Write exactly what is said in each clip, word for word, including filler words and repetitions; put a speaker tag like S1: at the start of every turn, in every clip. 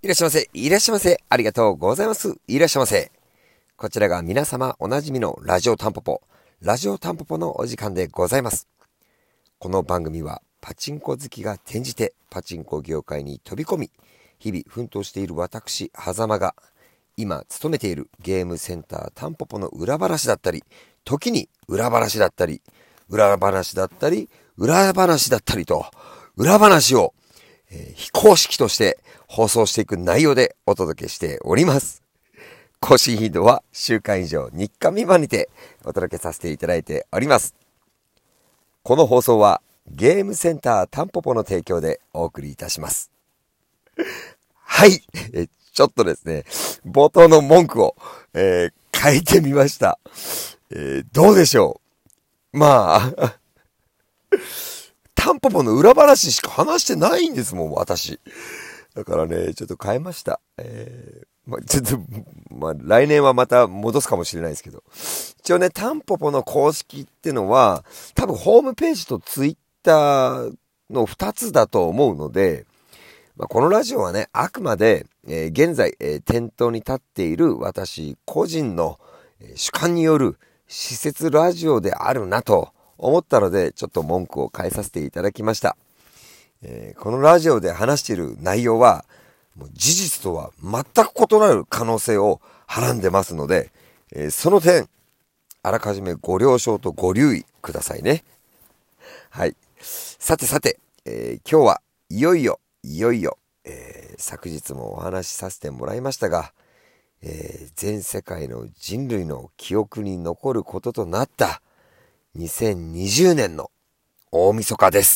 S1: いらっしゃいませ、いらっしゃいませ、ありがとうございます。いらっしゃいませ。こちらが皆様おなじみのラジオタンポポ、ラジオタンポポのお時間でございます。この番組はパチンコ好きが転じてパチンコ業界に飛び込み、日々奮闘している私、狭間が今勤めているゲームセンタータンポポの裏話だったり、時に裏話だったり、裏話だったり、裏話だったりと、裏話をえー、非公式として放送していく内容でお届けしております。更新頻度は週間以上日課未満にてお届けさせていただいております。この放送はゲームセンタータンポポの提供でお送りいたします。はい、えちょっとですね、冒頭の文句を、えー、変えてみました。えー、どうでしょう。まあタンポポの裏話しか話してないんですもん、私。だからね、ちょっと変えました。えー、まあ、ちょっと、まあ、来年はまた戻すかもしれないですけど。一応ね、タンポポの公式ってのは、多分ホームページとツイッターの二つだと思うので、まあ、このラジオはね、あくまで、えー、現在、えー、店頭に立っている私個人の、えー、主観による施設ラジオであるなと、思ったのでちょっと文句を変えさせていただきました、えー、このラジオで話している内容はもう事実とは全く異なる可能性をはらんでますので、えー、その点あらかじめご了承とご留意くださいね。はい、さてさて、えー、今日はいよいよいよいよ、えー、昨日もお話しさせてもらいましたが、えー、全世界の人類の記憶に残ることとなったにせんにじゅうねんの大晦日です。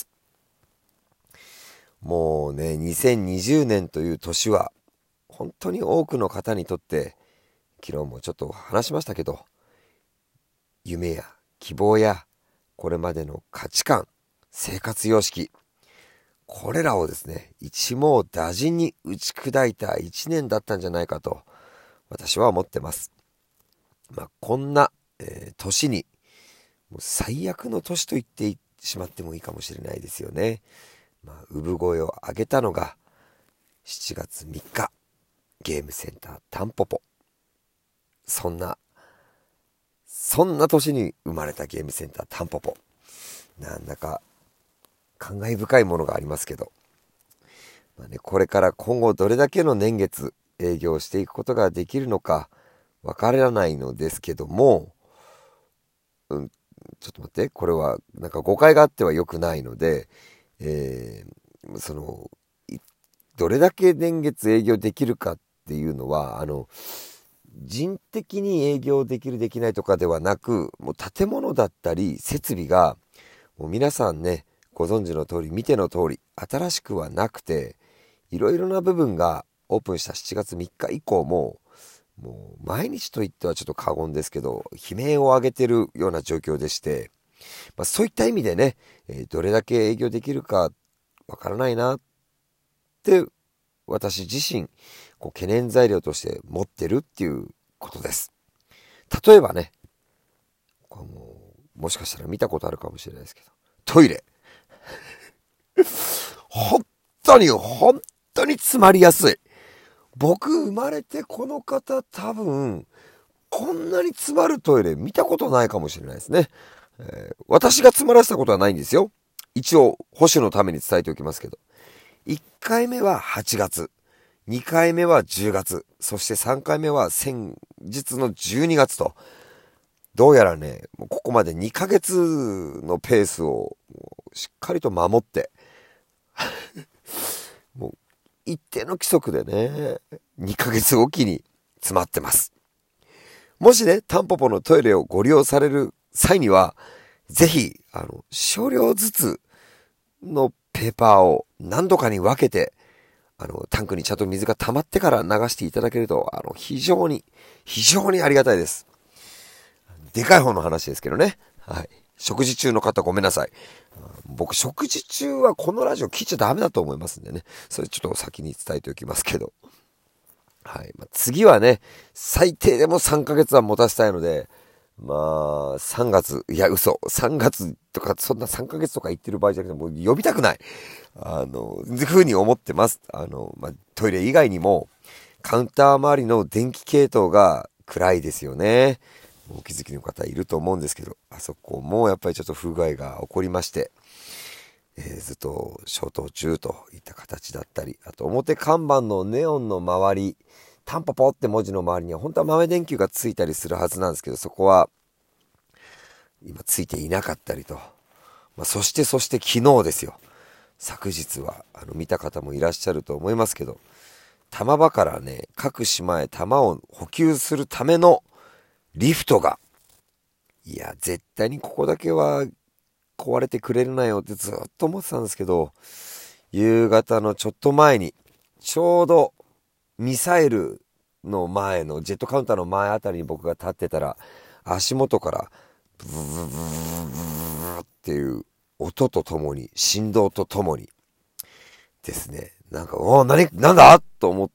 S1: もうね、にせんにじゅうねんという年は本当に多くの方にとって昨日もちょっと話しましたけど、夢や希望やこれまでの価値観、生活様式、これらをですね、一網打尽に打ち砕いた一年だったんじゃないかと私は思ってます。まあ、こんな、えー、年にもう最悪の年と言ってしまってもいいかもしれないですよね。まあ、産声を上げたのがしちがつみっか、ゲームセンタータンポポ。そんなそんな年に生まれたゲームセンタータンポポ、なんだか感慨深いものがありますけど、まあね、これから今後どれだけの年月営業していくことができるのかわからないのですけども、うんちょっと待って、これはなんか誤解があっては良くないので、えー、そのどれだけ年月営業できるかっていうのは、あの人的に営業できるできないとかではなく、もう建物だったり設備がもう皆さんねご存知の通り、見ての通り新しくはなくて、いろいろな部分がオープンしたしちがつみっか以降ももう毎日と言ってはちょっと過言ですけど悲鳴を上げてるような状況でして、まあ、そういった意味でね、えー、どれだけ営業できるかわからないなって私自身こう懸念材料として持ってるっていうことです。例えばね、これもうもしかしたら見たことあるかもしれないですけど、トイレ本当に本当に詰まりやすい。僕生まれてこの方多分こんなに詰まるトイレ見たことないかもしれないですね、えー、私が詰まらせたことはないんですよ。一応保守のために伝えておきますけど、いっかいめははちがつ、にかいめはじゅうがつ、そしてさんかいめは先日のじゅうにがつと、どうやらねもうここまでにかげつのペースをしっかりと守ってもう一定の規則でねにかげつおきに詰まってます。もしねタンポポのトイレをご利用される際にはぜひあの少量ずつのペーパーを何度かに分けてあのタンクにちゃんと水が溜まってから流していただけるとあの非常に非常にありがたいです。でかい方の話ですけどね。はい。食事中の方ごめんなさい。僕食事中はこのラジオ聞いちゃダメだと思いますんでね。それちょっと先に伝えておきますけど。はい。まあ、次はね、最低でもさんかげつは持たせたいので、 まあ、さんがつ、いや、嘘。さんがつとか、そんなさんかげつとか行ってる場合じゃなくて、もう呼びたくない。あの、ふうに思ってます。あの、まあ、トイレ以外にも、カウンター周りの電気系統が暗いですよね。お気づきの方いると思うんですけど、あそこもやっぱりちょっと不具合が起こりまして、えー、ずっと消灯中といった形だったり、あと表看板のネオンの周り、タンポポって文字の周りには本当は豆電球がついたりするはずなんですけど、そこは今ついていなかったりと。まあ、そしてそして昨日ですよ。昨日はあの見た方もいらっしゃると思いますけど、玉場からね、各島へ玉を補給するためのリフトが、いや、絶対にここだけは壊れてくれるなよってずっと思ってたんですけど、夕方のちょっと前に、ちょうどミサイルの前のジェットカウンターの前あたりに僕が立ってたら、足元からブブブブブブブっていう音とともに、振動とともにですね、なんか、おー、何、なんだと思って、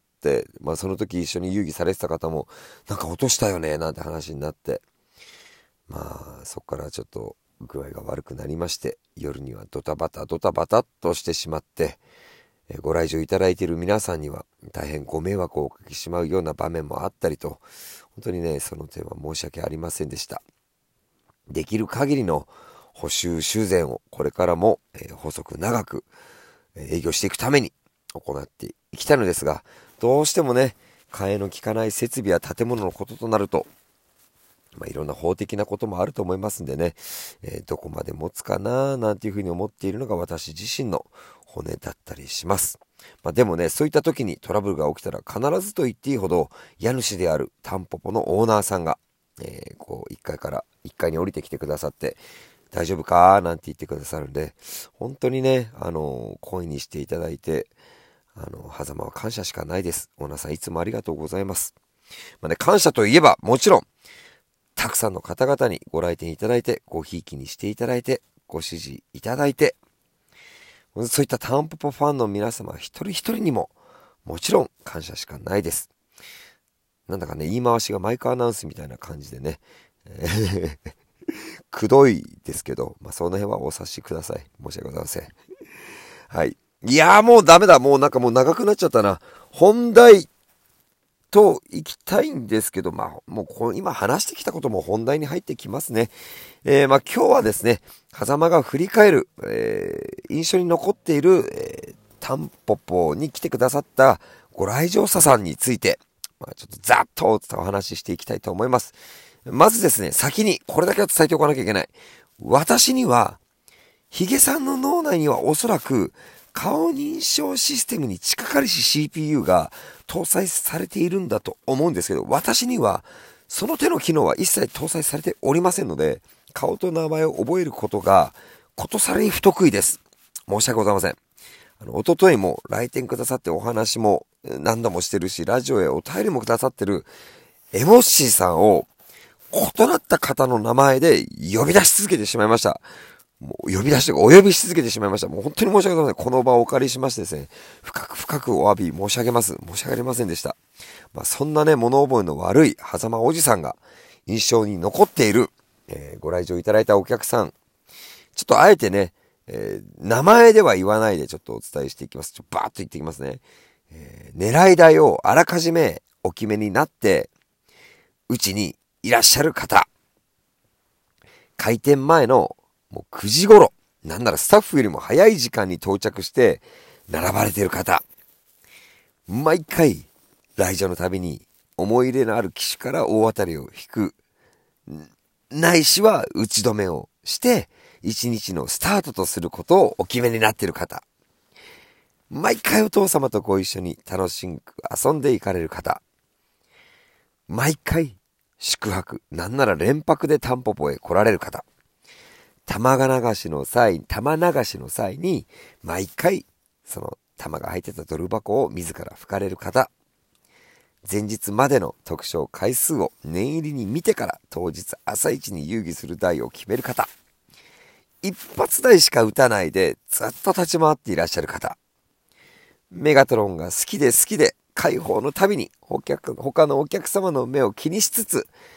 S1: まあその時一緒に遊戯されてた方も、なんか落としたよね、なんて話になって、まあそこからちょっと具合が悪くなりまして、夜にはドタバタドタバタっとしてしまって、ご来場いただいている皆さんには大変ご迷惑をおかけしてしまうような場面もあったりと、本当にね、その点は申し訳ありませんでした。できる限りの補修修繕をこれからも、えー、細く長く営業していくために行っていきたいのですが、どうしてもね、替えの利かない設備や建物のこととなると、まあ、いろんな法的なこともあると思いますんでね、えー、どこまで持つかななんていうふうに思っているのが私自身の骨だったりします。まあ、でもね、そういった時にトラブルが起きたら必ずと言っていいほど家主であるタンポポのオーナーさんが、えー、こういっかいからいっかいに降りてきてくださって、大丈夫かなんて言ってくださるんで、本当にね、あの、声にしていただいて、あの、狭間は感謝しかないです。オーナーさんいつもありがとうございます。まあね、感謝といえば、もちろん、たくさんの方々にご来店いただいて、ごひいきにしていただいて、ご支持いただいて、そういったタンポポファンの皆様一人一人にも、もちろん感謝しかないです。なんだかね、言い回しがマイクアナウンスみたいな感じでね、えーくどいですけど、まあ、その辺はお察しください。申し訳ございません。はい。いやーもうダメだ。もうなんかもう長くなっちゃったな。本題と行きたいんですけど、まあ、もうこ今話してきたことも本題に入ってきますね。えー、まあ今日はですね、風間が振り返る、えー、印象に残っている、えー、タンポポに来てくださったご来場者さんについて、まあちょっとざっとお話ししていきたいと思います。まずですね、先にこれだけは伝えておかなきゃいけない。私には、ヒゲさんの脳内にはおそらく顔認証システムに近かりし シーピーユー が搭載されているんだと思うんですけど、私にはその手の機能は一切搭載されておりませんので、顔と名前を覚えることがことさらに不得意です。申し訳ございません。あの、おとといも来店くださってお話も何度もしてるし、ラジオへお便りもくださってるエモッシーさんを異なった方の名前で呼び出し続けてしまいました。もう呼び出して、お呼びし続けてしまいました。もう本当に申し訳ございません。この場をお借りしましてですね、深く深くお詫び申し上げます。申し訳ありませんでした。まあ、そんなね、物覚えの悪い狭間おじさんが印象に残っている、えー、ご来場いただいたお客さん、ちょっとあえてね、えー、名前では言わないでちょっとお伝えしていきます。ちょっとバーッと言っていきますね。えー、狙い台をあらかじめお決めになって、うちにいらっしゃる方、開店前のもうくじ頃、なんならスタッフよりも早い時間に到着して並ばれている方、毎回来場のたびに思い入れのある機種から大当たりを引く、ないしは打ち止めをして一日のスタートとすることをお決めになっている方、毎回お父様とご一緒に楽しく遊んでいかれる方、毎回宿泊、なんなら連泊でタンポポへ来られる方、玉流しの際、玉流しの際に、毎回、その玉が入ってたドル箱を自ら拭かれる方、前日までの特賞回数を念入りに見てから当日朝一に遊戯する台を決める方、一発台しか打たないでずっと立ち回っていらっしゃる方、メガトロンが好きで好きで開放のたびにお客他のお客様の目を気にしつつ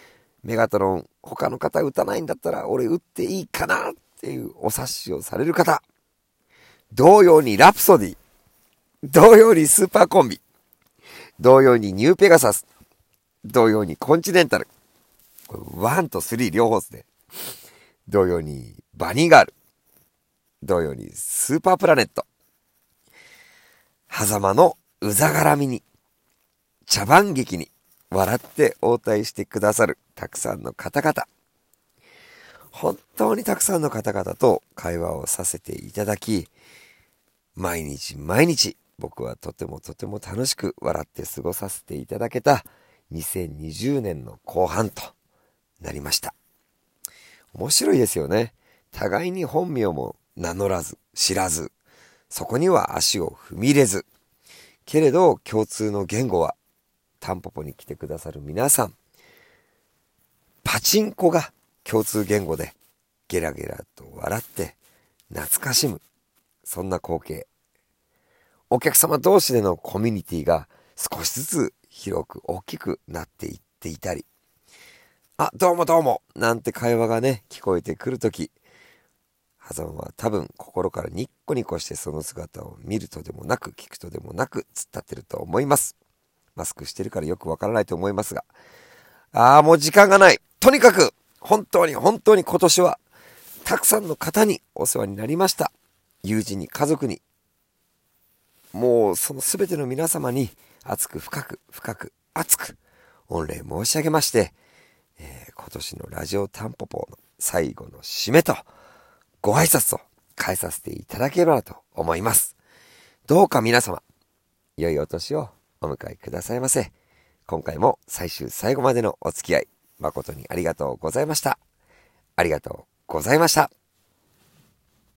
S1: メガトロン他の方打たないんだったら俺打っていいかなっていうお察しをされる方、同様にラプソディ、同様にスーパーコンビ、同様にニューペガサス、同様にコンチネンタル、これワンとスリー両方ですね。同様にバニーガール、同様にスーパープラネット、狭間のうざがらみに、茶番劇に笑って応対してくださるたくさんの方々、本当にたくさんの方々と会話をさせていただき、毎日毎日僕はとてもとても楽しく笑って過ごさせていただけたにせんにじゅうねんの後半となりました。面白いですよね。互いに本名も名乗らず知らず、そこには足を踏み入れず、けれど共通の言語はタンポポに来てくださる皆さん、パチンコが共通言語でゲラゲラと笑って懐かしむ、そんな光景。お客様同士でのコミュニティが少しずつ広く大きくなっていっていたり、あ、どうもどうもなんて会話がね聞こえてくるとき、狭間は多分心からニッコニコしてその姿を見るとでもなく聞くとでもなく突っ立ってると思います。マスクしてるからよくわからないと思いますが、ああもう時間がない。とにかく本当に本当に今年はたくさんの方にお世話になりました。友人に家族に、もうそのすべての皆様に熱く深く深く熱く御礼申し上げまして、えー、今年のラジオタンポポの最後の締めとご挨拶を変えさせていただければと思います。どうか皆様良いお年をお迎えくださいませ。今回も最終最後までのお付き合い誠にありがとうございました。ありがとうございました。